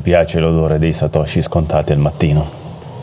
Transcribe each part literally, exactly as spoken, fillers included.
piace l'odore dei satoshi scontati al mattino.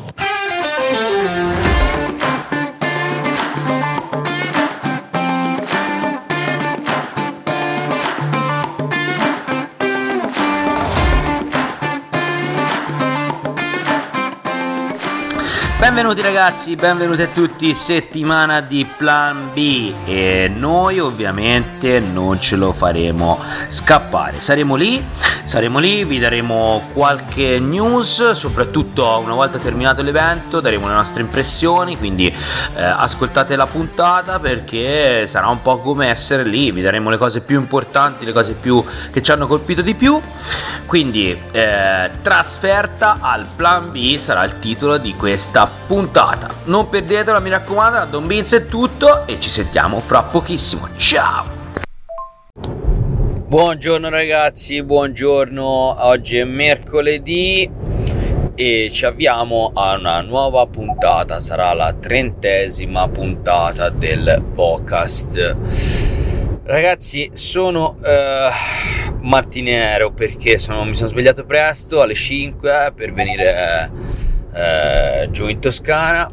Benvenuti ragazzi, benvenuti a tutti, settimana di Plan B, e noi ovviamente non ce lo faremo scappare, saremo lì, saremo lì, vi daremo qualche news, soprattutto una volta terminato l'evento daremo le nostre impressioni, quindi eh, ascoltate la puntata perché sarà un po' come essere lì, vi daremo le cose più importanti, le cose più che ci hanno colpito di più, quindi eh, trasferta al Plan B sarà il titolo di questa puntata. Non perdetela, mi raccomando. Da Don Vince è tutto e ci sentiamo fra pochissimo. Ciao. Buongiorno ragazzi, buongiorno. Oggi è mercoledì e ci avviamo a una nuova puntata. Sarà la trentesima puntata del Vocast. Ragazzi, sono uh, mattiniero perché sono, mi sono svegliato presto alle cinque per venire uh, Uh, giù in Toscana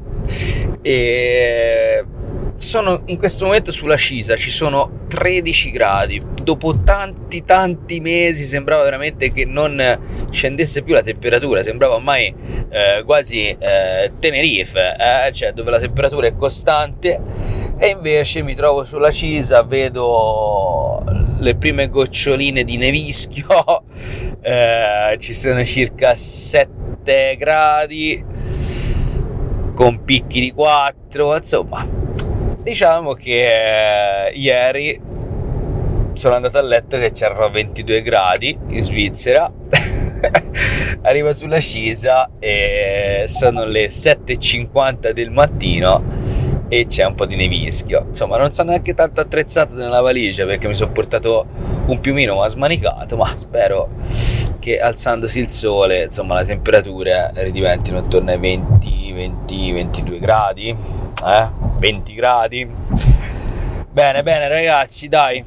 e sono in questo momento sulla Scisa, ci sono tredici gradi, dopo tanti tanti mesi sembrava veramente che non scendesse più la temperatura, sembrava ormai uh, quasi uh, Tenerife, eh? Cioè dove la temperatura è costante, e invece mi trovo sulla Scisa, vedo le prime goccioline di nevischio, uh, ci sono circa sette gradi con picchi di quattro, insomma diciamo che eh, ieri sono andato a letto che c'erano ventidue gradi in Svizzera. Arrivo sulla Scisa e sono le sette e cinquanta del mattino e c'è un po' di nevischio, insomma non sono neanche tanto attrezzato nella valigia perché mi sono portato un piumino ma smanicato, ma spero che alzandosi il sole insomma le temperature ridiventino attorno ai venti, venti, ventidue gradi, eh? venti gradi. Bene bene ragazzi, dai,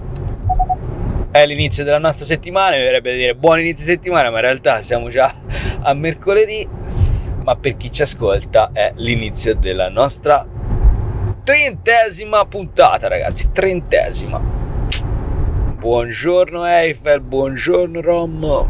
è l'inizio della nostra settimana, mi verrebbe dire buon inizio settimana, ma in realtà siamo già a mercoledì, ma per chi ci ascolta è l'inizio della nostra trentesima puntata, ragazzi, trentesima. Buongiorno Eiffel, buongiorno Rom.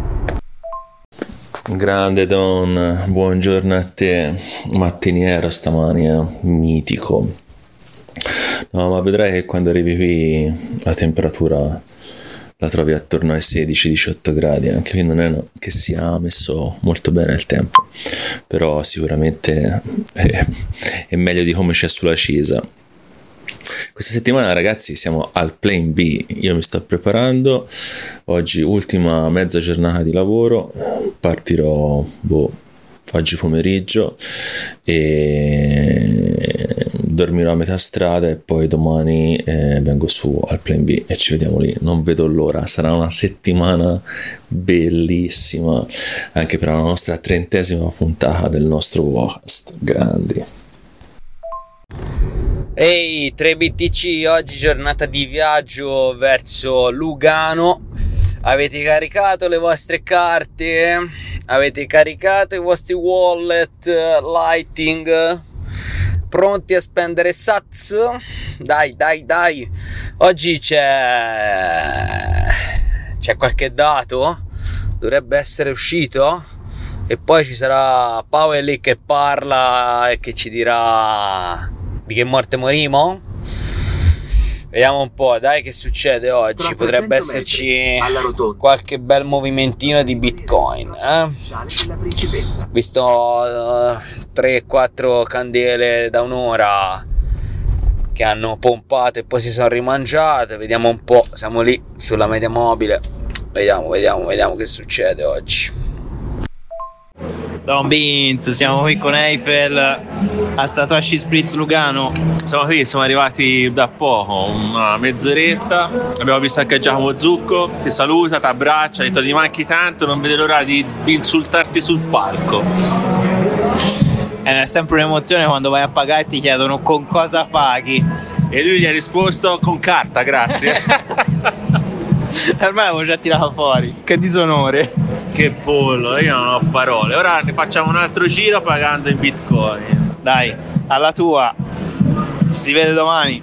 Grande Don, buongiorno a te, mattiniero stamani, eh? Mitico. No, ma vedrai che quando arrivi qui la temperatura la trovi attorno ai sedici diciotto gradi, anche qui non è che sia messo molto bene il tempo, però sicuramente è, è meglio di come c'è sulla Scisa. Questa settimana ragazzi siamo al Plan B, io mi sto preparando, oggi ultima mezza giornata di lavoro, partirò boh, oggi pomeriggio e dormirò a metà strada e poi domani eh, vengo su al Plan B e ci vediamo lì, non vedo l'ora, sarà una settimana bellissima anche per la nostra trentesima puntata del nostro podcast, grandi. Ehi, tre B T C, oggi giornata di viaggio verso Lugano. Avete caricato le vostre carte? Avete caricato i vostri wallet, lighting? Pronti a spendere sats? Dai, dai, dai. Oggi c'è c'è qualche dato? Dovrebbe essere uscito? E poi ci sarà Paolo lì che parla e che ci dirà di che morte morimo? Vediamo un po', dai, che succede oggi. Potrebbe esserci qualche bel movimentino di Bitcoin, eh? Visto uh, tre quattro candele da un'ora che hanno pompato e poi si sono rimangiate. Vediamo un po', siamo lì sulla media mobile. Vediamo, vediamo, vediamo che succede oggi. Don Beans, siamo qui con Eiffel al Satoshi Spritz Lugano. Siamo qui, siamo arrivati da poco, una mezz'oretta. Abbiamo visto anche Giacomo Zucco, ti saluta, ti abbraccia, ha detto ti manchi tanto, non vede l'ora di, di insultarti sul palco. È sempre un'emozione quando vai a pagare e ti chiedono con cosa paghi. E lui gli ha risposto con carta, grazie. Ormai l'avevo già tirato fuori, che disonore. Che pollo, io non ho parole. Ora ne facciamo un altro giro pagando in bitcoin. Dai, alla tua. Ci si vede domani.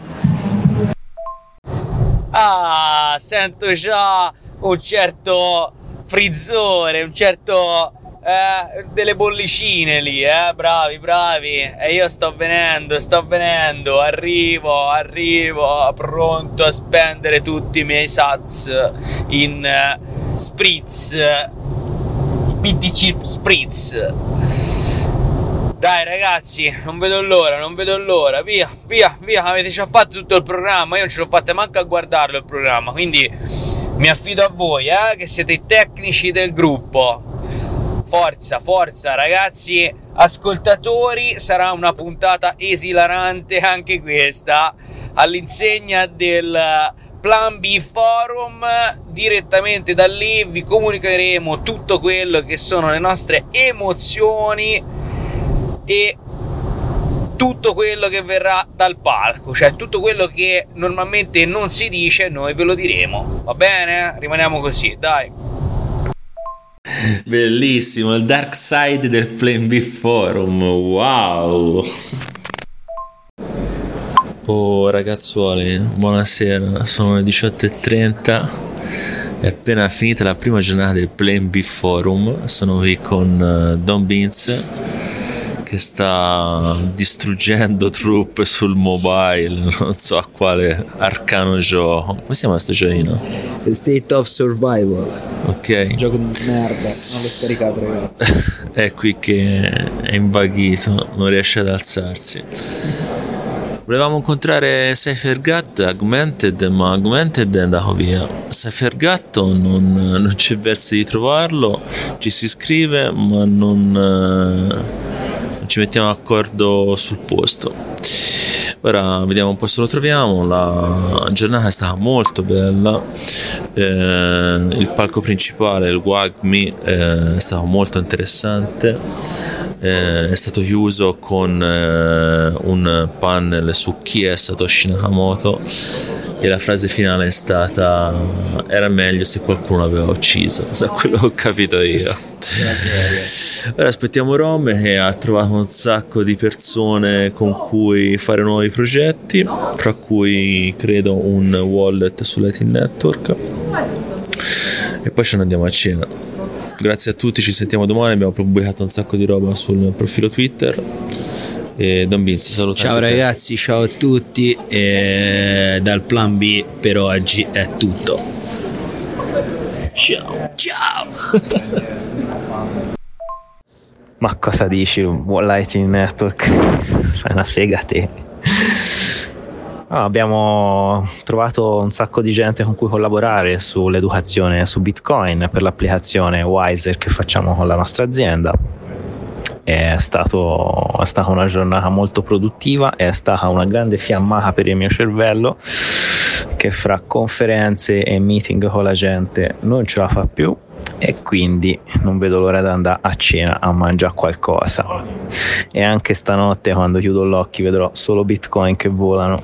Ah, sento già un certo frizzore, un certo eh, delle bollicine lì, eh, bravi, bravi. E io sto venendo, sto venendo, arrivo, arrivo, pronto a spendere tutti i miei sats in uh, spritz, B T C spritz. Dai ragazzi, non vedo l'ora, non vedo l'ora, via, via, via, avete già fatto tutto il programma, io non ce l'ho fatta manco a guardarlo il programma, quindi mi affido a voi, eh, che siete i tecnici del gruppo. Forza, forza ragazzi, ascoltatori, sarà una puntata esilarante anche questa, all'insegna del Plan B Forum. Direttamente da lì vi comunicheremo tutto quello che sono le nostre emozioni e tutto quello che verrà dal palco, cioè tutto quello che normalmente non si dice noi ve lo diremo, va bene? Rimaniamo così, dai. Bellissimo, il dark side del Plan B Forum, wow. Oh ragazzuoli, buonasera, sono le diciotto e trenta, è appena finita la prima giornata del Plan B Forum, sono qui con uh, Don Beans che sta distruggendo truppe sul mobile, non so a quale arcano gioco. Come si chiama questo giochino? State of Survival. Ok. Gioco di merda, non l'ho scaricato ragazzi. È qui che è invaghito, non riesce ad alzarsi. Volevamo incontrare Cyphergat, Augmented, ma Augmented è andato via. Cyphergatto non, non c'è verso di trovarlo, ci si iscrive ma non... ci mettiamo d'accordo sul posto. Ora vediamo un po' se lo troviamo. La giornata è stata molto bella, eh, il palco principale, il W A G M I, eh, è stato molto interessante, eh, è stato chiuso con eh, un panel su chi è Satoshi Nakamoto e la frase finale è stata: era meglio se qualcuno l'aveva ucciso, da quello che ho capito io. Ora aspettiamo Rome che ha trovato un sacco di persone con cui fare nuovi progetti, fra cui credo un wallet su Lightning Network, e poi ce ne andiamo a cena. Grazie a tutti, ci sentiamo domani, abbiamo pubblicato un sacco di roba sul profilo Twitter. E Don Beans, saluta. Ciao ragazzi, ciao a tutti, e dal Plan B per oggi è tutto. Ciao, ciao. Ma cosa dici, Lightning Network? Sei una sega te. No, abbiamo trovato un sacco di gente con cui collaborare sull'educazione su Bitcoin per l'applicazione Wiser che facciamo con la nostra azienda. È, stato, è stata una giornata molto produttiva, è stata una grande fiammata per il mio cervello che fra conferenze e meeting con la gente non ce la fa più, e quindi non vedo l'ora di andare a cena a mangiare qualcosa. E anche stanotte quando chiudo gli occhi vedrò solo Bitcoin che volano.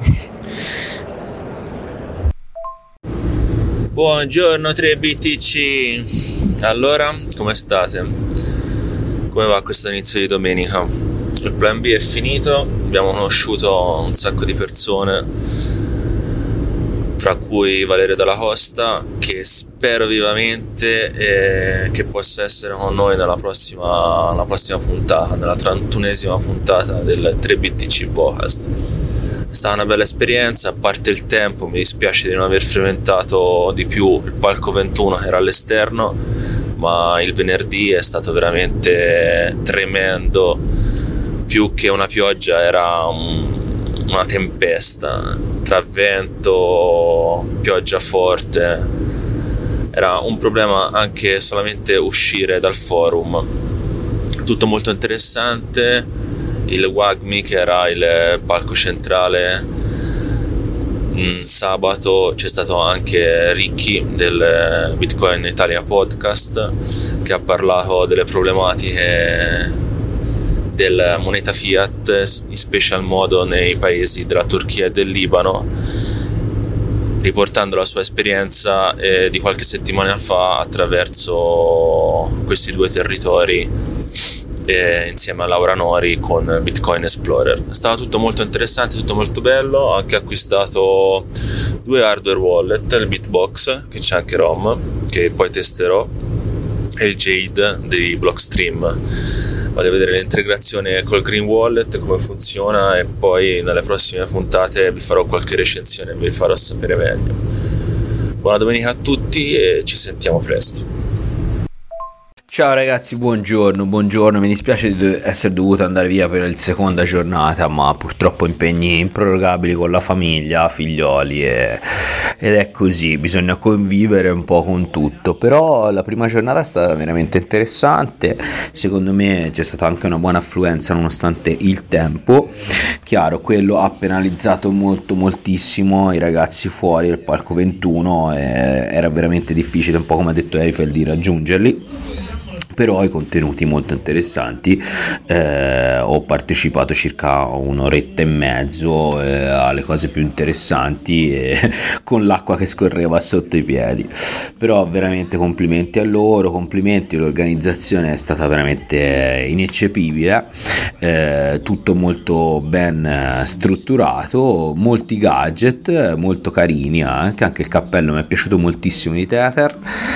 Buongiorno tre B T C. Allora, come state? Come va questo inizio di domenica? Il Plan B è finito, abbiamo conosciuto un sacco di persone, fra cui Valerio Dalla Costa, che spero vivamente eh, che possa essere con noi nella prossima, nella prossima puntata, nella trentunesima puntata del tre B T C Podcast. È stata una bella esperienza, a parte il tempo, mi dispiace di non aver frequentato di più il palco ventuno che era all'esterno, ma il venerdì è stato veramente tremendo, più che una pioggia era un, una tempesta, tra vento, pioggia forte. Era un problema anche solamente uscire dal forum. Tutto molto interessante. Il W A G M I, che era il palco centrale, mh, sabato c'è stato anche Ricky del Bitcoin Italia Podcast, che ha parlato delle problematiche della moneta fiat, in special modo nei paesi della Turchia e del Libano, riportando la sua esperienza eh, di qualche settimana fa attraverso questi due territori eh, insieme a Laura Nori con Bitcoin Explorer. È stato tutto molto interessante, tutto molto bello. Ho anche acquistato due hardware wallet, il Bitbox, che c'è anche ROM, che poi testerò, e il Jade di Blockstream. Voglio vedere l'integrazione col Green Wallet, come funziona, e poi nelle prossime puntate vi farò qualche recensione e vi farò sapere meglio. Buona domenica a tutti e ci sentiamo presto. Ciao ragazzi, buongiorno, buongiorno, mi dispiace di essere dovuto andare via per la seconda giornata, ma purtroppo impegni improrogabili con la famiglia, figlioli, e, ed è così, bisogna convivere un po' con tutto. Però la prima giornata è stata veramente interessante, secondo me c'è stata anche una buona affluenza nonostante il tempo. Chiaro, quello ha penalizzato molto moltissimo i ragazzi fuori del palco ventuno, e era veramente difficile, un po' come ha detto Eiffel, di raggiungerli. Però i contenuti molto interessanti. Eh, ho partecipato circa un'oretta e mezzo eh, alle cose più interessanti, eh, con l'acqua che scorreva sotto i piedi. Però veramente complimenti a loro, complimenti, l'organizzazione è stata veramente ineccepibile, eh, tutto molto ben strutturato, molti gadget molto carini, anche, anche il cappello mi è piaciuto moltissimo di Tether,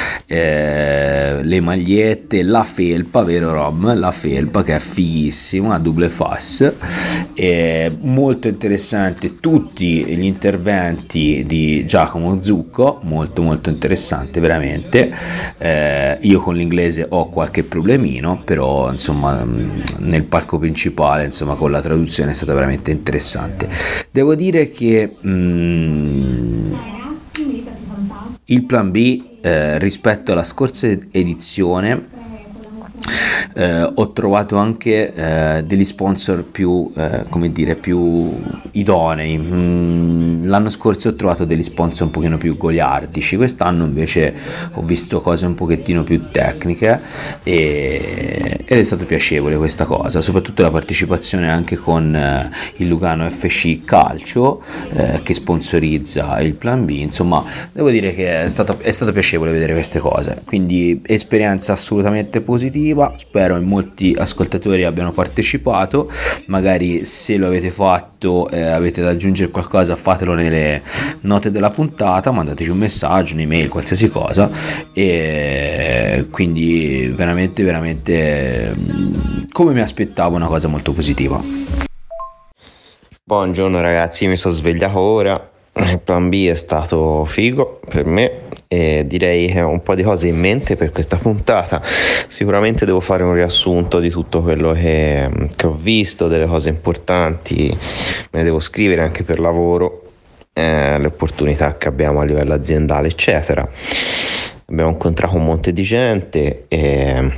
eh, le magliette, la felpa, vero Rom? La felpa che è fighissima, a double face, è molto interessante tutti gli interventi di Giacomo Zucco, molto molto interessante veramente. Eh, io con l'inglese ho qualche problemino, però insomma nel palco principale, insomma con la traduzione è stata veramente interessante. Devo dire che mm, il Plan B eh, rispetto alla scorsa edizione Eh, ho trovato anche eh, degli sponsor più, eh, come dire, più idonei. Mm, l'anno scorso ho trovato degli sponsor un pochino più goliardici, quest'anno invece ho visto cose un pochettino più tecniche, e, ed è stato piacevole questa cosa, soprattutto la partecipazione anche con eh, il Lugano F C Calcio eh, che sponsorizza il Plan B. Insomma, devo dire che è stato, è stato piacevole vedere queste cose, quindi esperienza assolutamente positiva. Spero in molti ascoltatori abbiano partecipato, magari se lo avete fatto e eh, avete da aggiungere qualcosa, fatelo nelle note della puntata, mandateci un messaggio, un'email, qualsiasi cosa. E quindi veramente veramente come mi aspettavo, una cosa molto positiva. Buongiorno ragazzi, mi sono svegliato ora. Il Plan B è stato figo per me e direi che ho un po' di cose in mente per questa puntata. Sicuramente devo fare un riassunto di tutto quello che, che ho visto, delle cose importanti, me ne devo scrivere anche per lavoro, eh, le opportunità che abbiamo a livello aziendale eccetera. Abbiamo incontrato un monte di gente e,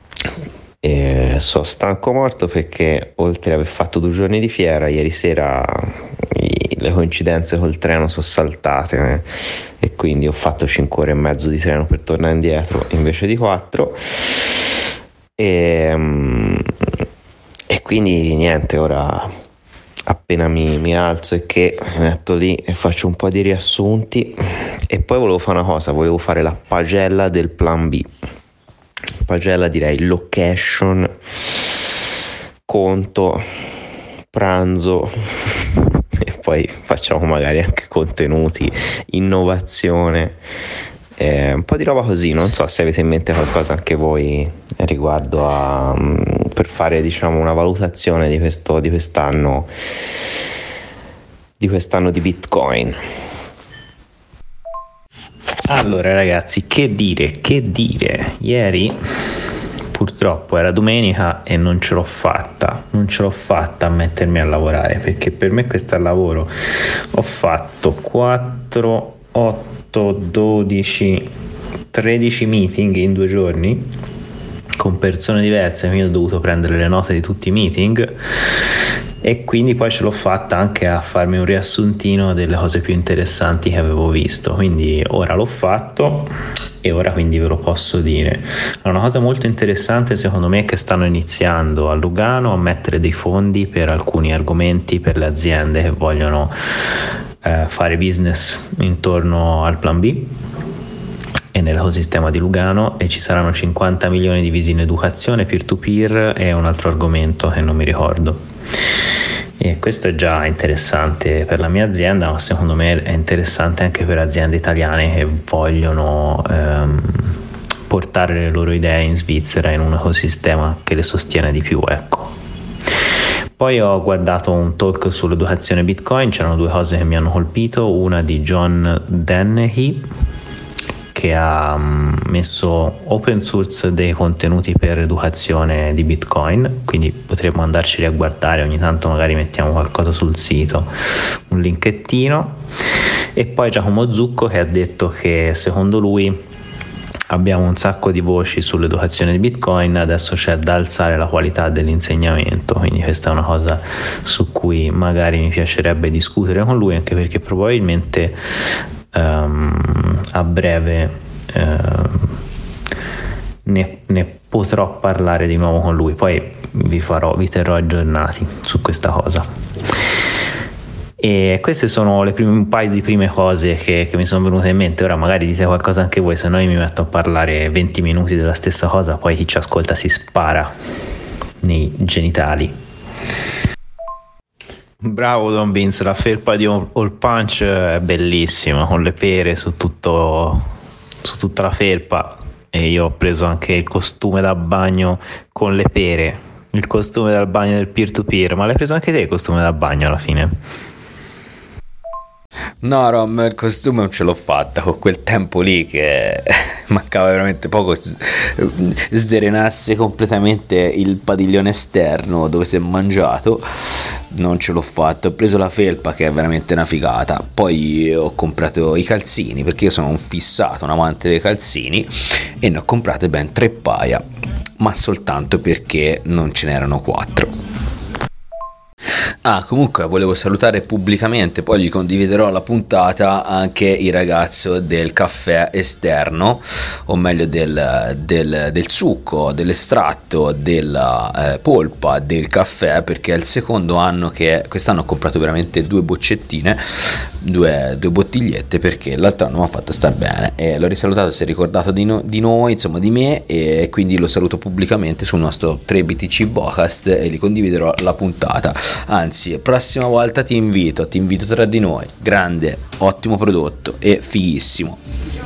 e sono stanco morto perché oltre ad aver fatto due giorni di fiera, ieri sera le coincidenze col treno sono saltate eh, e quindi ho fatto cinque ore e mezzo di treno per tornare indietro invece di quattro, e, e quindi niente, ora appena mi, mi alzo e che mi metto lì e faccio un po' di riassunti. E poi volevo fare una cosa, volevo fare la pagella del Plan B. Pagella direi location, conto, pranzo e poi facciamo magari anche contenuti, innovazione, eh, un po' di roba così. Non so se avete in mente qualcosa anche voi riguardo a per fare diciamo una valutazione di questo di quest'anno di quest'anno di Bitcoin. Allora ragazzi, che dire, che dire, ieri purtroppo era domenica e non ce l'ho fatta, non ce l'ho fatta a mettermi a lavorare, perché per me questo è il lavoro. Ho fatto quattro, otto, dodici, tredici meeting in due giorni con persone diverse, quindi ho dovuto prendere le note di tutti i meeting e quindi poi ce l'ho fatta anche a farmi un riassuntino delle cose più interessanti che avevo visto, quindi ora l'ho fatto e ora quindi ve lo posso dire. Una cosa molto interessante secondo me è che stanno iniziando a Lugano a mettere dei fondi per alcuni argomenti per le aziende che vogliono eh, fare business intorno al Plan B e nell'ecosistema di Lugano, e ci saranno cinquanta milioni divisi in educazione, peer-to-peer e un altro argomento che non mi ricordo. E questo è già interessante per la mia azienda, ma secondo me è interessante anche per aziende italiane che vogliono ehm, portare le loro idee in Svizzera in un ecosistema che le sostiene di più, ecco. Poi ho guardato un talk sull'educazione Bitcoin, c'erano due cose che mi hanno colpito, una di John Dennehy, che ha messo open source dei contenuti per educazione di Bitcoin, quindi potremmo andarceli a guardare, ogni tanto magari mettiamo qualcosa sul sito, un linkettino. E poi Giacomo Zucco, che ha detto che secondo lui abbiamo un sacco di voci sull'educazione di Bitcoin, adesso c'è da alzare la qualità dell'insegnamento, quindi questa è una cosa su cui magari mi piacerebbe discutere con lui, anche perché probabilmente um, a breve um, ne, ne potrò parlare di nuovo con lui, poi vi farò, vi terrò aggiornati su questa cosa. E queste sono le prime, un paio di prime cose che, che mi sono venute in mente. Ora magari dite qualcosa anche voi, se no io mi metto a parlare venti minuti della stessa cosa, poi chi ci ascolta si spara nei genitali. Bravo Don Vince, la felpa di All Punch è bellissima, con le pere su tutto, su tutta la felpa, e io ho preso anche il costume da bagno con le pere, il costume da bagno del peer to peer. Ma l'hai preso anche te il costume da bagno alla fine? No, Rom, il costume non ce l'ho fatta, con quel tempo lì che mancava veramente poco sdrenasse completamente il padiglione esterno dove si è mangiato. Non ce l'ho fatto, ho preso la felpa che è veramente una figata, poi ho comprato i calzini perché io sono un fissato, un amante dei calzini, e ne ho comprate ben tre paia, ma soltanto perché non ce n'erano quattro. Ah, comunque volevo salutare pubblicamente, poi gli condividerò la puntata, anche il ragazzo del caffè esterno, o meglio del, del, del succo, dell'estratto, della eh, polpa del caffè, perché è il secondo anno che quest'anno ho comprato veramente due boccettine, due, due bottigliette, perché l'altro anno mi ha fatto star bene, e l'ho risalutato, si è ricordato di, no, di noi, insomma di me, e quindi lo saluto pubblicamente sul nostro tre B T C Vocast e gli condividerò la puntata. Anzi, prossima volta ti invito, ti invito tra di noi. Grande, ottimo prodotto e fighissimo.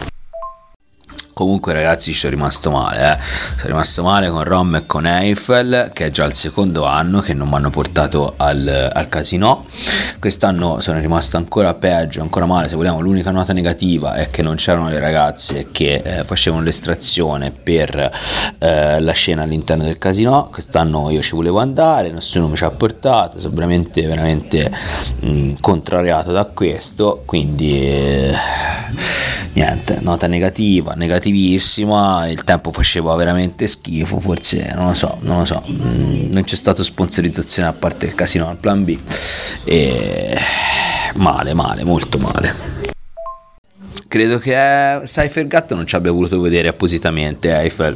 Comunque ragazzi, ci sono rimasto male, eh. sono rimasto male con Rom e con Eiffel, che è già il secondo anno che non mi hanno portato al, al casino. Quest'anno sono rimasto ancora peggio, ancora male, se vogliamo. L'unica nota negativa è che non c'erano le ragazze che eh, facevano l'estrazione per eh, la scena all'interno del casino. Quest'anno io ci volevo andare, nessuno mi ci ha portato, sono veramente veramente mh, contrariato da questo, quindi eh, niente, nota negativa, negativissima. Il tempo faceva veramente schifo, forse non lo so, non lo so, non c'è stata sponsorizzazione a parte il casino al Plan B, e male, male, molto male. Credo che Cyphergat non ci abbia voluto vedere appositamente Eiffel,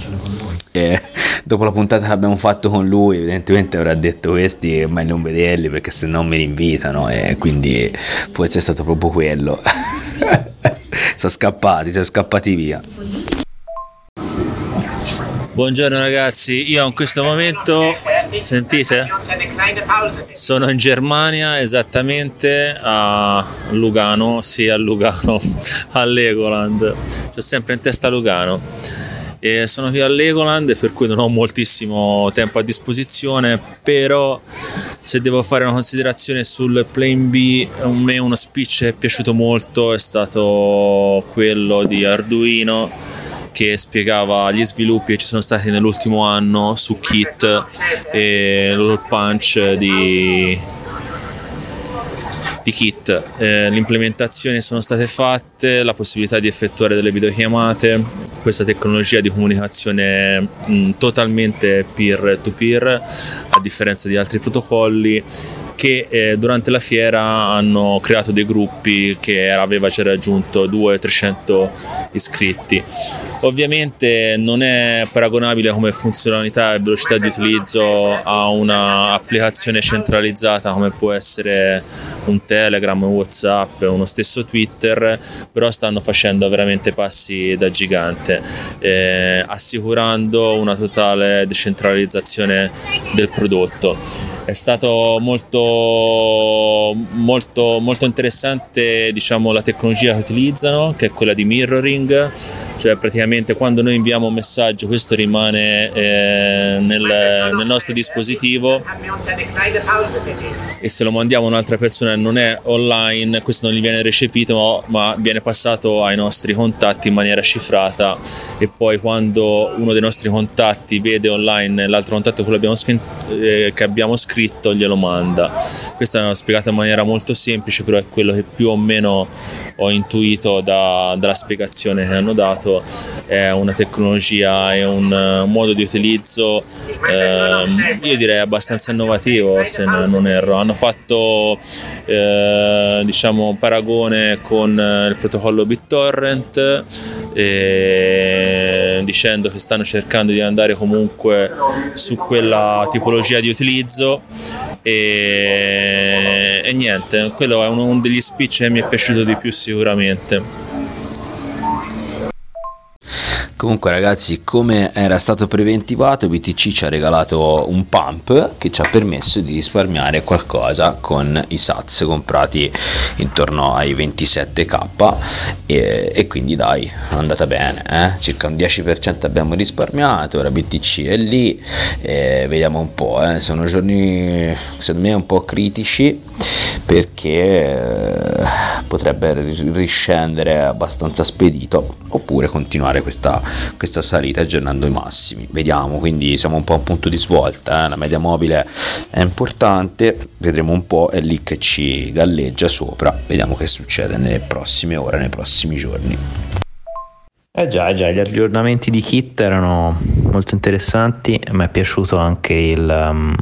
e dopo la puntata che abbiamo fatto con lui evidentemente avrà detto: questi è meglio non vederli perché se no mi rinvitano, e quindi forse è stato proprio quello. Sono scappati, sono scappati via. Buongiorno ragazzi, io in questo momento, sentite? Sono in Germania, esattamente a Lugano, sì a Lugano, a Legoland, c'ho sempre in testa Lugano. E sono qui a Legoland, per cui non ho moltissimo tempo a disposizione, però se devo fare una considerazione sul Plan B, a me uno speech che è piaciuto molto è stato quello di Arduino, che spiegava gli sviluppi che ci sono stati nell'ultimo anno su Kit e l'All Punch di di Kit. Eh, le implementazioni sono state fatte, la possibilità di effettuare delle videochiamate, questa tecnologia di comunicazione mh, totalmente peer to peer, a differenza di altri protocolli, che eh, durante la fiera hanno creato dei gruppi che aveva già raggiunto duecento trecento iscritti. Ovviamente non è paragonabile come funzionalità e velocità di utilizzo a una applicazione centralizzata come può essere un Telegram, un WhatsApp, uno stesso Twitter, però stanno facendo veramente passi da gigante, eh, assicurando una totale decentralizzazione del prodotto. È stato molto molto molto interessante, diciamo, la tecnologia che utilizzano, che è quella di mirroring, cioè praticamente quando noi inviamo un messaggio questo rimane eh, nel, nel nostro dispositivo, e se lo mandiamo a un'altra persona e non è online, questo non gli viene recepito, ma viene passato ai nostri contatti in maniera cifrata, e poi quando uno dei nostri contatti vede online l'altro contatto quello abbiamo scritto, eh, che abbiamo scritto, glielo manda. Questa è una spiegata in maniera molto semplice, però è quello che più o meno ho intuito da, dalla spiegazione che hanno dato. È una tecnologia e un uh, modo di utilizzo eh, io direi abbastanza innovativo, se non erro. Hanno fatto eh, diciamo un paragone con eh, il protocollo BitTorrent, eh, dicendo che stanno cercando di andare comunque su quella tipologia di utilizzo, e, e niente, quello è uno, uno degli speech che mi è piaciuto di più sicuramente. Comunque ragazzi, come era stato preventivato, B T C ci ha regalato un pump che ci ha permesso di risparmiare qualcosa con i sats comprati intorno ai ventisette k, e, e quindi dai, è andata bene, eh? Circa un dieci per cento abbiamo risparmiato. Ora B T C è lì, e vediamo un po', eh? Sono giorni secondo me un po' critici, perché potrebbe riscendere abbastanza spedito, oppure continuare questa, questa salita aggiornando i massimi. Vediamo, quindi siamo un po' a un punto di svolta, eh? La media mobile è importante, vedremo un po', è lì che ci galleggia sopra, vediamo che succede nelle prossime ore, nei prossimi giorni. Eh già, già, gli aggiornamenti di Kit erano molto interessanti. Mi è piaciuto anche il... Um...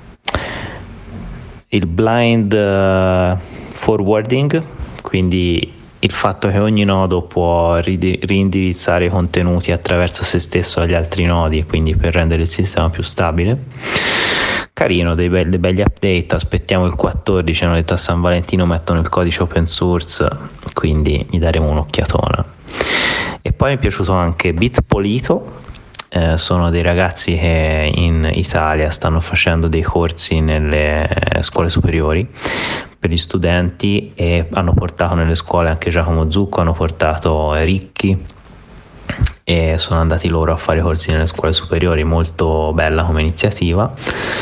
il blind uh, forwarding, quindi il fatto che ogni nodo può ri- riindirizzare i contenuti attraverso se stesso agli altri nodi, quindi per rendere il sistema più stabile. Carino, dei, be- dei belli update. Aspettiamo il quattordici, hanno detto a San Valentino mettono il codice open source, quindi gli daremo un'occhiatona. E poi mi è piaciuto anche Bitpolito. Eh, sono dei ragazzi che in Italia stanno facendo dei corsi nelle scuole superiori per gli studenti, e hanno portato nelle scuole anche Giacomo Zucco, hanno portato Ricchi, e sono andati loro a fare corsi nelle scuole superiori. Molto bella come iniziativa.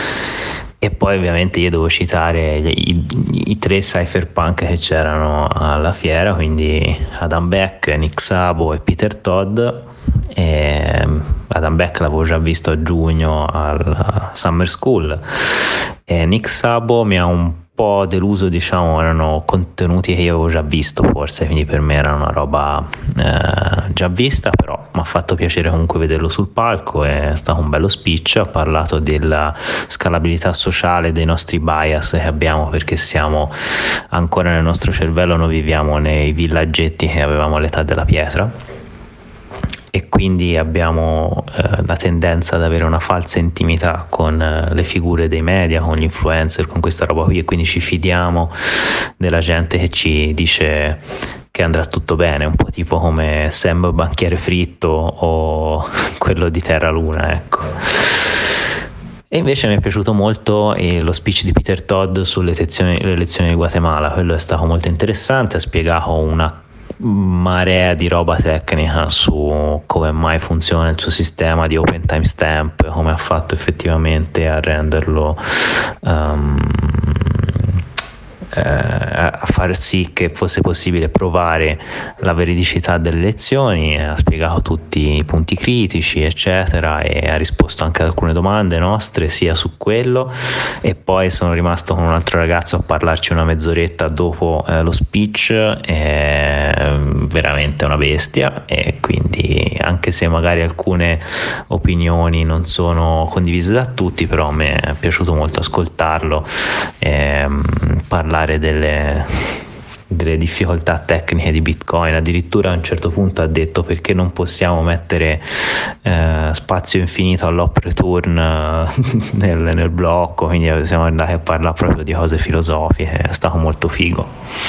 E poi ovviamente io devo citare i, i, i tre cypherpunk che c'erano alla fiera, quindi Adam Beck, Nick Szabo e Peter Todd. E Adam Beck l'avevo già visto a giugno al Summer School, e Nick Szabo mi ha un po' deluso, diciamo, erano contenuti che io avevo già visto forse, quindi per me era una roba eh, già vista, però mi ha fatto piacere comunque vederlo sul palco. È stato un bello speech, ha parlato della scalabilità sociale, dei nostri bias che abbiamo, perché siamo ancora nel nostro cervello, noi viviamo nei villaggetti che avevamo all'età della pietra, e quindi abbiamo eh, la tendenza ad avere una falsa intimità con eh, le figure dei media, con gli influencer, con questa roba qui, e quindi ci fidiamo della gente che ci dice che andrà tutto bene, un po' tipo come Sam Banchiere Fritto o quello di Terra Luna, ecco. E invece mi è piaciuto molto eh, lo speech di Peter Todd sulle elezioni, le elezioni di Guatemala. Quello è stato molto interessante, ha spiegato una marea di roba tecnica su come mai funziona il suo sistema di open timestamp, come ha fatto effettivamente a renderlo um, eh, a far sì che fosse possibile provare la veridicità delle elezioni. Ha spiegato tutti i punti critici eccetera, e ha risposto anche ad alcune domande nostre sia su quello, e poi sono rimasto con un altro ragazzo a parlarci una mezz'oretta dopo eh, lo speech. È veramente una bestia, e quindi quindi anche se magari alcune opinioni non sono condivise da tutti, però a me è piaciuto molto ascoltarlo, ehm, parlare delle delle difficoltà tecniche di Bitcoin. Addirittura a un certo punto ha detto perché non possiamo mettere eh, spazio infinito all'op return eh, nel, nel blocco, quindi siamo andati a parlare proprio di cose filosofiche, è stato molto figo.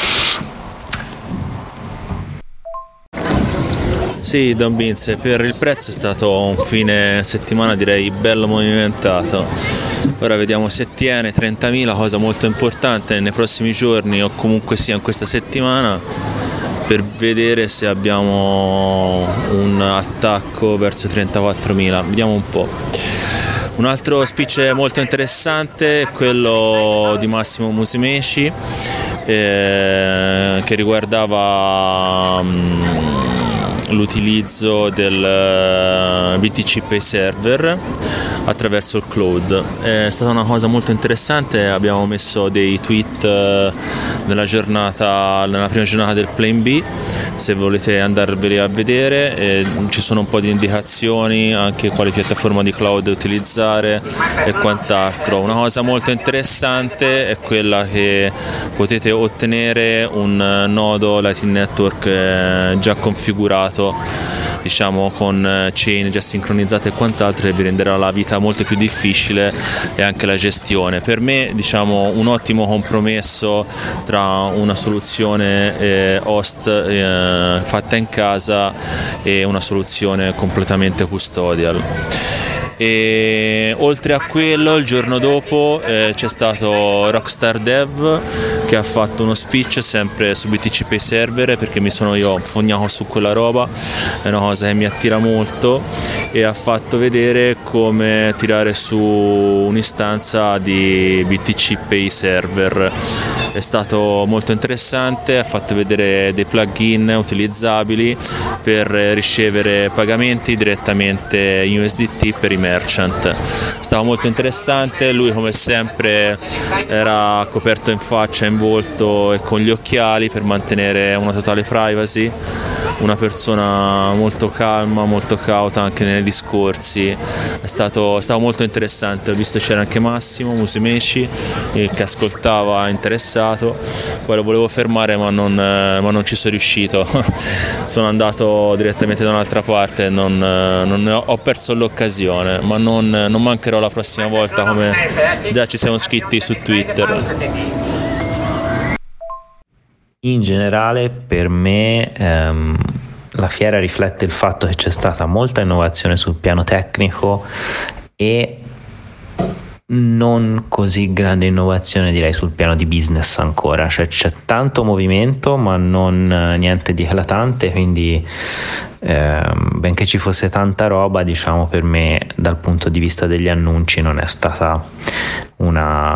Sì, Don Vince, per il prezzo è stato un fine settimana direi bello movimentato. Ora vediamo se tiene trentamila, cosa molto importante nei prossimi giorni o comunque sia in questa settimana, per vedere se abbiamo un attacco verso trentaquattromila. Vediamo un po'. Un altro speech molto interessante è quello di Massimo Musumeci, eh, che riguardava um, l'utilizzo del B T C Pay Server attraverso il cloud. È stata una cosa molto interessante, abbiamo messo dei tweet nella giornata, nella prima giornata del Plan B, se volete andarveli a vedere, e ci sono un po' di indicazioni anche quali piattaforma di cloud utilizzare e quant'altro. Una cosa molto interessante è quella che potete ottenere un nodo Lightning Network già configurato, diciamo con chain già sincronizzate e quant'altro, che vi renderà la vita molto più difficile e anche la gestione. Per me, diciamo, un ottimo compromesso tra una soluzione eh, host eh, fatta in casa e una soluzione completamente custodial. E oltre a quello, il giorno dopo eh, c'è stato Rockstar Dev che ha fatto uno speech sempre su B T C Pay Server, perché mi sono io fognato su quella roba, è una cosa che mi attira molto, e ha fatto vedere come tirare su un'istanza di B T C Pay Server. È stato molto interessante, ha fatto vedere dei plugin utilizzabili per ricevere pagamenti direttamente in U S D T per i merchant. Stava molto interessante, lui come sempre era coperto in faccia, in volto e con gli occhiali per mantenere una totale privacy, una persona molto calma, molto cauta anche nei discorsi. È stato, stato molto interessante. Ho visto c'era anche Massimo Musumeci eh, che ascoltava interessato, poi lo volevo fermare ma non, eh, ma non ci sono riuscito sono andato direttamente da un'altra parte, non, non ho, ho perso l'occasione, ma non, non mancherò la prossima volta, come già ci siamo scritti su Twitter. In generale, per me ehm, la fiera riflette il fatto che c'è stata molta innovazione sul piano tecnico e non così grande innovazione, direi, sul piano di business ancora. Cioè c'è tanto movimento ma non niente di eclatante, quindi ehm, benché ci fosse tanta roba, diciamo, per me dal punto di vista degli annunci non è stata una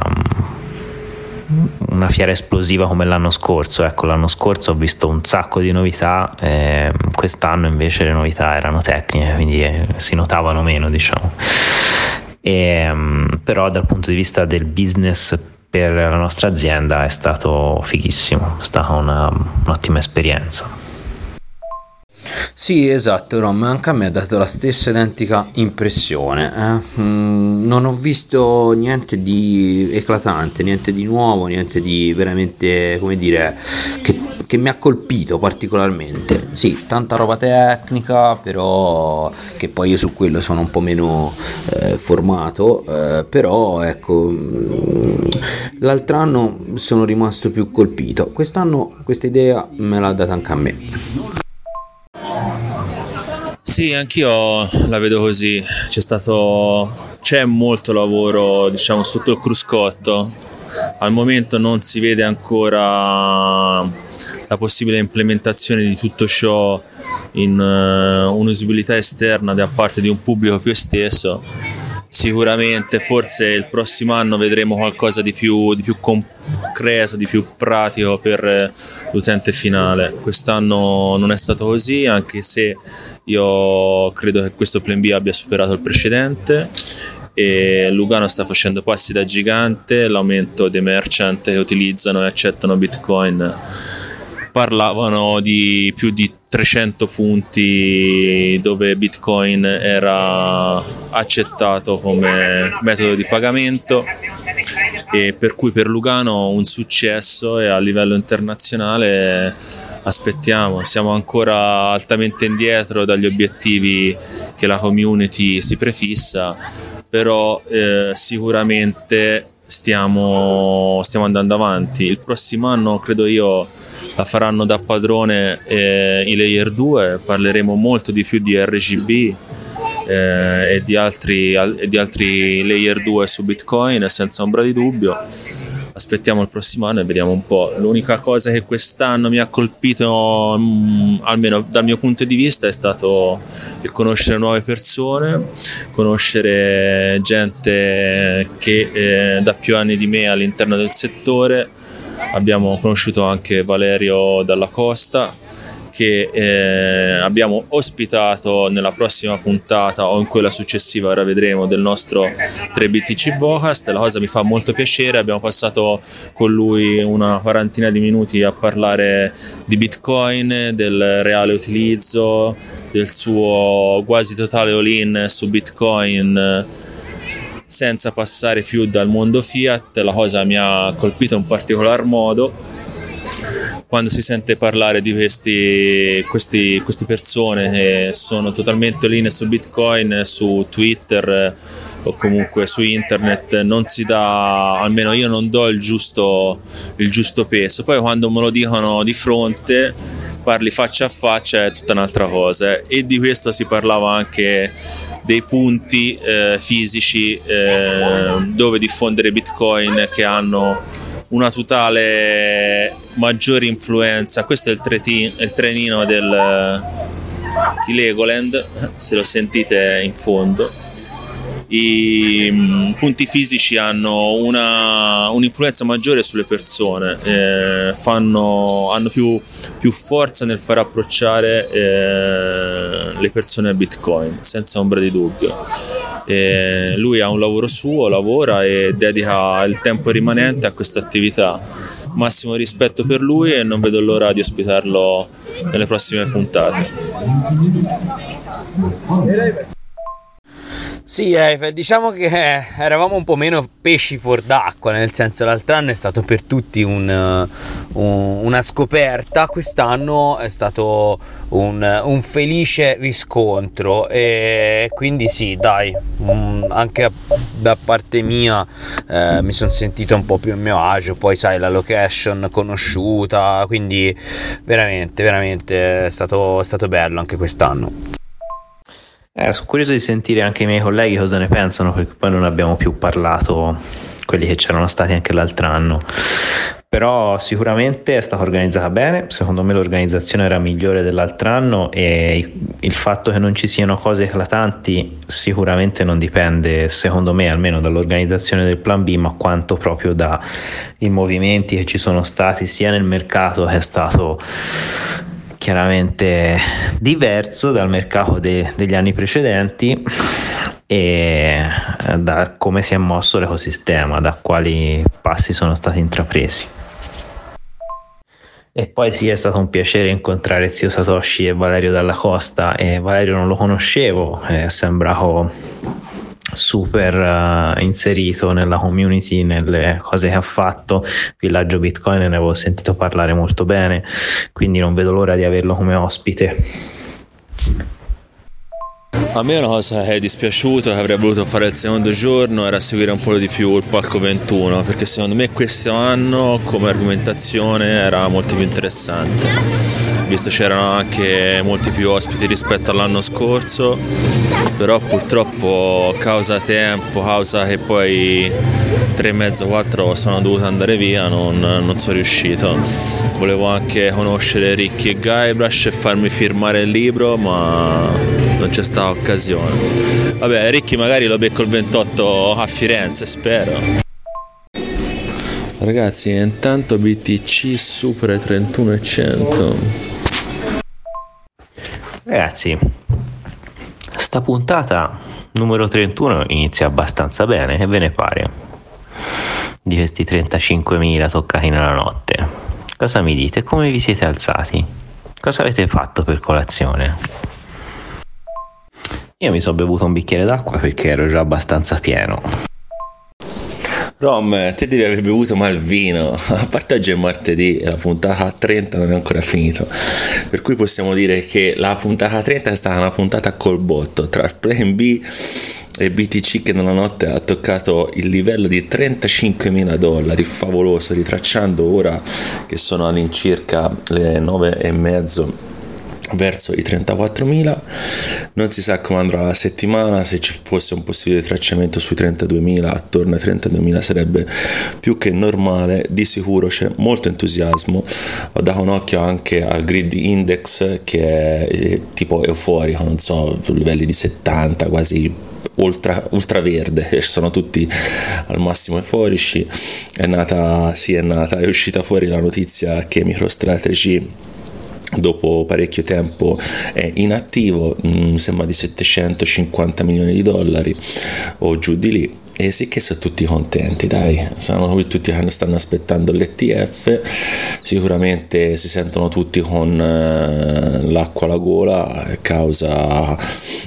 una fiera esplosiva come l'anno scorso. Ecco, l'anno scorso ho visto un sacco di novità, eh, quest'anno invece le novità erano tecniche, quindi eh, si notavano meno, diciamo. E, um, però dal punto di vista del business per la nostra azienda è stato fighissimo, è stata una, un'ottima esperienza. Sì, esatto, Rom, anche a me ha dato la stessa identica impressione. Eh? Mm, non ho visto niente di eclatante, niente di nuovo, niente di veramente, come dire, che, che mi ha colpito particolarmente. Sì, tanta roba tecnica, però che poi io su quello sono un po' meno eh, formato, eh, però ecco, mm, l'altro anno sono rimasto più colpito. Quest'anno questa idea me l'ha data anche a me. Sì, anch'io la vedo così. C'è stato, c'è molto lavoro, diciamo, sotto il cruscotto. Al momento non si vede ancora la possibile implementazione di tutto ciò in uh, un'usabilità esterna da parte di un pubblico più esteso. Sicuramente, forse il prossimo anno vedremo qualcosa di più, di più concreto, di più pratico per l'utente finale. Quest'anno non è stato così, anche se io credo che questo Plan B abbia superato il precedente e Lugano sta facendo passi da gigante. L'aumento dei merchant che utilizzano e accettano Bitcoin parlavano di più di trecento punti dove Bitcoin era accettato come metodo di pagamento, e per cui per Lugano un successo, e a livello internazionale aspettiamo, siamo ancora altamente indietro dagli obiettivi che la community si prefissa, però eh, sicuramente stiamo, stiamo andando avanti. Il prossimo anno credo io la faranno da padrone eh, i Layer due, parleremo molto di più di R G B eh, e, di altri, al, e di altri Layer due su Bitcoin, senza ombra di dubbio. Aspettiamo il prossimo anno e vediamo un po'. L'unica cosa che quest'anno mi ha colpito, mh, almeno dal mio punto di vista, è stato il conoscere nuove persone, conoscere gente che eh, da più anni di me all'interno del settore. Abbiamo conosciuto anche Valerio Dalla Costa, che eh, abbiamo ospitato nella prossima puntata o in quella successiva, ora vedremo, del nostro tre B T C Vocast. La cosa mi fa molto piacere, abbiamo passato con lui una quarantina di minuti a parlare di Bitcoin, del reale utilizzo, del suo quasi totale all-in su Bitcoin, senza passare più dal mondo fiat. La cosa mi ha colpito in particolar modo quando si sente parlare di questi, questi, queste persone che sono totalmente all-in su Bitcoin, su Twitter o comunque su internet. Non si dà, almeno io non do il giusto, il giusto peso. Poi quando me lo dicono di fronte, parli faccia a faccia, è tutta un'altra cosa, e di questo si parlava anche dei punti eh, fisici eh, dove diffondere Bitcoin, che hanno una totale maggiore influenza. Questo è il, treti, il trenino del, di Legoland, se lo sentite in fondo. I mh, punti fisici hanno una, un'influenza maggiore sulle persone, eh, fanno, hanno più, più forza nel far approcciare eh, le persone a Bitcoin, senza ombra di dubbio. Eh, lui ha un lavoro suo, lavora e dedica il tempo rimanente a questa attività. Massimo rispetto per lui e non vedo l'ora di ospitarlo nelle prossime puntate. Sì, Eiffel, diciamo che eh, eravamo un po' meno pesci fuor d'acqua, nel senso l'altro anno è stato per tutti un, un, una scoperta, quest'anno è stato un, un felice riscontro, e quindi sì, dai, um, anche da parte mia eh, mi sono sentito un po' più a mio agio. Poi sai, la location conosciuta, quindi veramente, veramente è stato, è stato bello anche quest'anno. Eh, sono curioso di sentire anche i miei colleghi cosa ne pensano, perché poi non abbiamo più parlato, quelli che c'erano stati anche l'altro anno. Però sicuramente è stata organizzata bene, secondo me l'organizzazione era migliore dell'altro anno, e il fatto che non ci siano cose eclatanti sicuramente non dipende, secondo me almeno, dall'organizzazione del Plan B, ma quanto proprio dai movimenti che ci sono stati sia nel mercato, che è stato chiaramente diverso dal mercato de- degli anni precedenti, e da come si è mosso l'ecosistema, da quali passi sono stati intrapresi. E poi sì, è stato un piacere incontrare zio Satoshi e Valerio Dalla Costa, e Valerio non lo conoscevo, è sembrato super uh, inserito nella community, nelle cose che ha fatto. Villaggio Bitcoin ne avevo sentito parlare molto bene, quindi non vedo l'ora di averlo come ospite. A me una cosa che è dispiaciuto, che avrei voluto fare il secondo giorno, era seguire un po' di più il palco ventuno, perché secondo me questo anno come argomentazione era molto più interessante, visto c'erano anche molti più ospiti rispetto all'anno scorso. Però purtroppo causa tempo, causa che poi tre e mezzo, quattro sono dovuto andare via, non, non sono riuscito. Volevo anche conoscere Ricky e Guybrush e farmi firmare il libro, ma non c'è stata occasione. Vabbè, Ricky magari lo becco il ventotto a Firenze, spero. Ragazzi, intanto B T C supera i trentuno e cento. Ragazzi, sta puntata numero trentuno inizia abbastanza bene, che ve ne pare di questi trentacinquemila toccati nella notte? Cosa mi dite? Come vi siete alzati? Cosa avete fatto per colazione? Io mi sono bevuto un bicchiere d'acqua perché ero già abbastanza pieno. Rom, te devi aver bevuto mal vino. A parte oggi è martedì e la puntata trenta non è ancora finita, per cui possiamo dire che la puntata trenta è stata una puntata col botto tra Plan B e B T C, che nella notte ha toccato il livello di trentacinquemila dollari, favoloso, ritracciando ora che sono all'incirca le nove e mezzo verso i trentaquattromila. Non si sa come andrà la settimana, se ci fosse un possibile tracciamento sui trentaduemila, attorno ai trentaduemila sarebbe più che normale. Di sicuro c'è molto entusiasmo. Ho dato un occhio anche al grid index, che è tipo euforico, non so, livelli di settanta, quasi ultra, ultra verde, sono tutti al massimo euforici. È nata, sì è nata, è uscita fuori la notizia che MicroStrategy dopo parecchio tempo è inattivo, mh, sembra di settecentocinquanta milioni di dollari o giù di lì, e sì che sono tutti contenti, dai, sono qui tutti che stanno aspettando l'E T F, sicuramente si sentono tutti con eh, l'acqua alla gola causa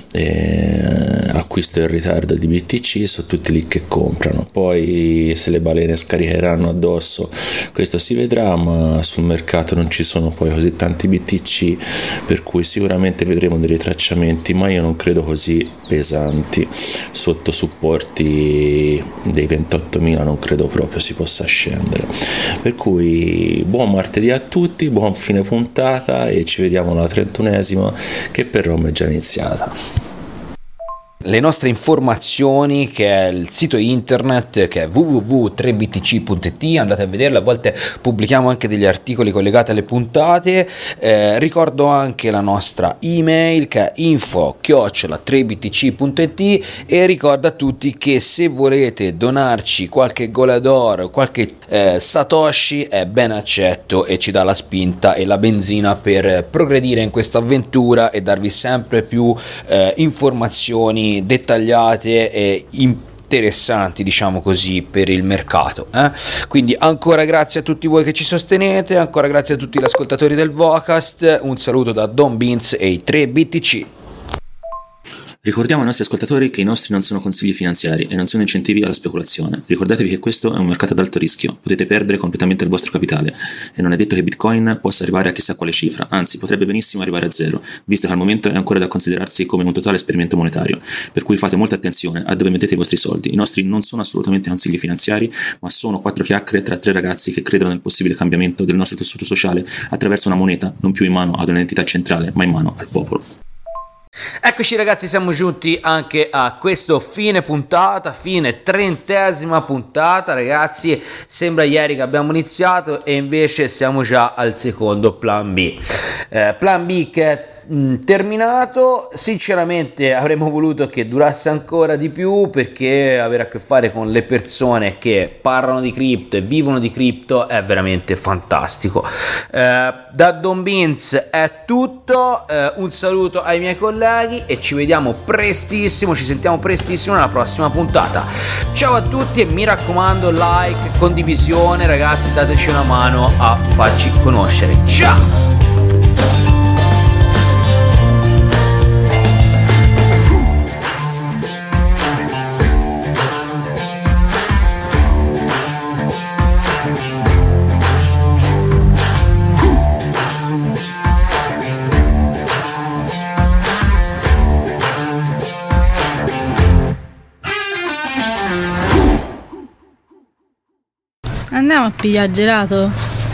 eh, acquisto in ritardo di B T C, sono tutti lì che comprano. Poi se le balene scaricheranno addosso questo si vedrà, ma sul mercato non ci sono poi così tanti B T C, per cui sicuramente vedremo dei ritracciamenti, ma io non credo così pesanti. Sotto supporti dei ventottomila non credo proprio si possa scendere, per cui buon martedì a tutti, buon fine puntata e ci vediamo alla trentunesima, che per Roma è già iniziata. Le nostre informazioni, che è il sito internet, che è w w w punto tre b t c punto i t, andate a vederlo, a volte pubblichiamo anche degli articoli collegati alle puntate. Eh, ricordo anche la nostra email, che è info chiocciola tre b t c punto i t, e ricordo a tutti che se volete donarci qualche golador, qualche eh, satoshi è ben accetto e ci dà la spinta e la benzina per progredire in questa avventura e darvi sempre più eh, informazioni dettagliate e interessanti, diciamo così, per il mercato, eh? Quindi ancora grazie a tutti voi che ci sostenete, ancora grazie a tutti gli ascoltatori del Vocast, un saluto da Don Beans e i tre B T C. Ricordiamo ai nostri ascoltatori che i nostri non sono consigli finanziari e non sono incentivi alla speculazione. Ricordatevi che questo è un mercato ad alto rischio, potete perdere completamente il vostro capitale e non è detto che Bitcoin possa arrivare a chissà quale cifra, anzi potrebbe benissimo arrivare a zero, visto che al momento è ancora da considerarsi come un totale esperimento monetario, per cui fate molta attenzione a dove mettete i vostri soldi. I nostri non sono assolutamente consigli finanziari, ma sono quattro chiacchiere tra tre ragazzi che credono nel possibile cambiamento del nostro tessuto sociale attraverso una moneta non più in mano ad un'entità centrale, ma in mano al popolo. Eccoci ragazzi, siamo giunti anche a questo fine puntata, fine trentesima puntata, ragazzi. Sembra ieri che abbiamo iniziato e invece siamo già al secondo Plan B. Eh, plan B che è mh, terminato. Sinceramente avremmo voluto che durasse ancora di più, perché avere a che fare con le persone che parlano di cripto e vivono di cripto è veramente fantastico. Eh, da Don Beans è tutto, eh, un saluto ai miei colleghi e ci vediamo prestissimo, ci sentiamo prestissimo nella prossima puntata. Ciao a tutti e mi raccomando, like, condivisione, ragazzi, dateci una mano a farci conoscere. Ciao! Andiamo a pigliare gelato?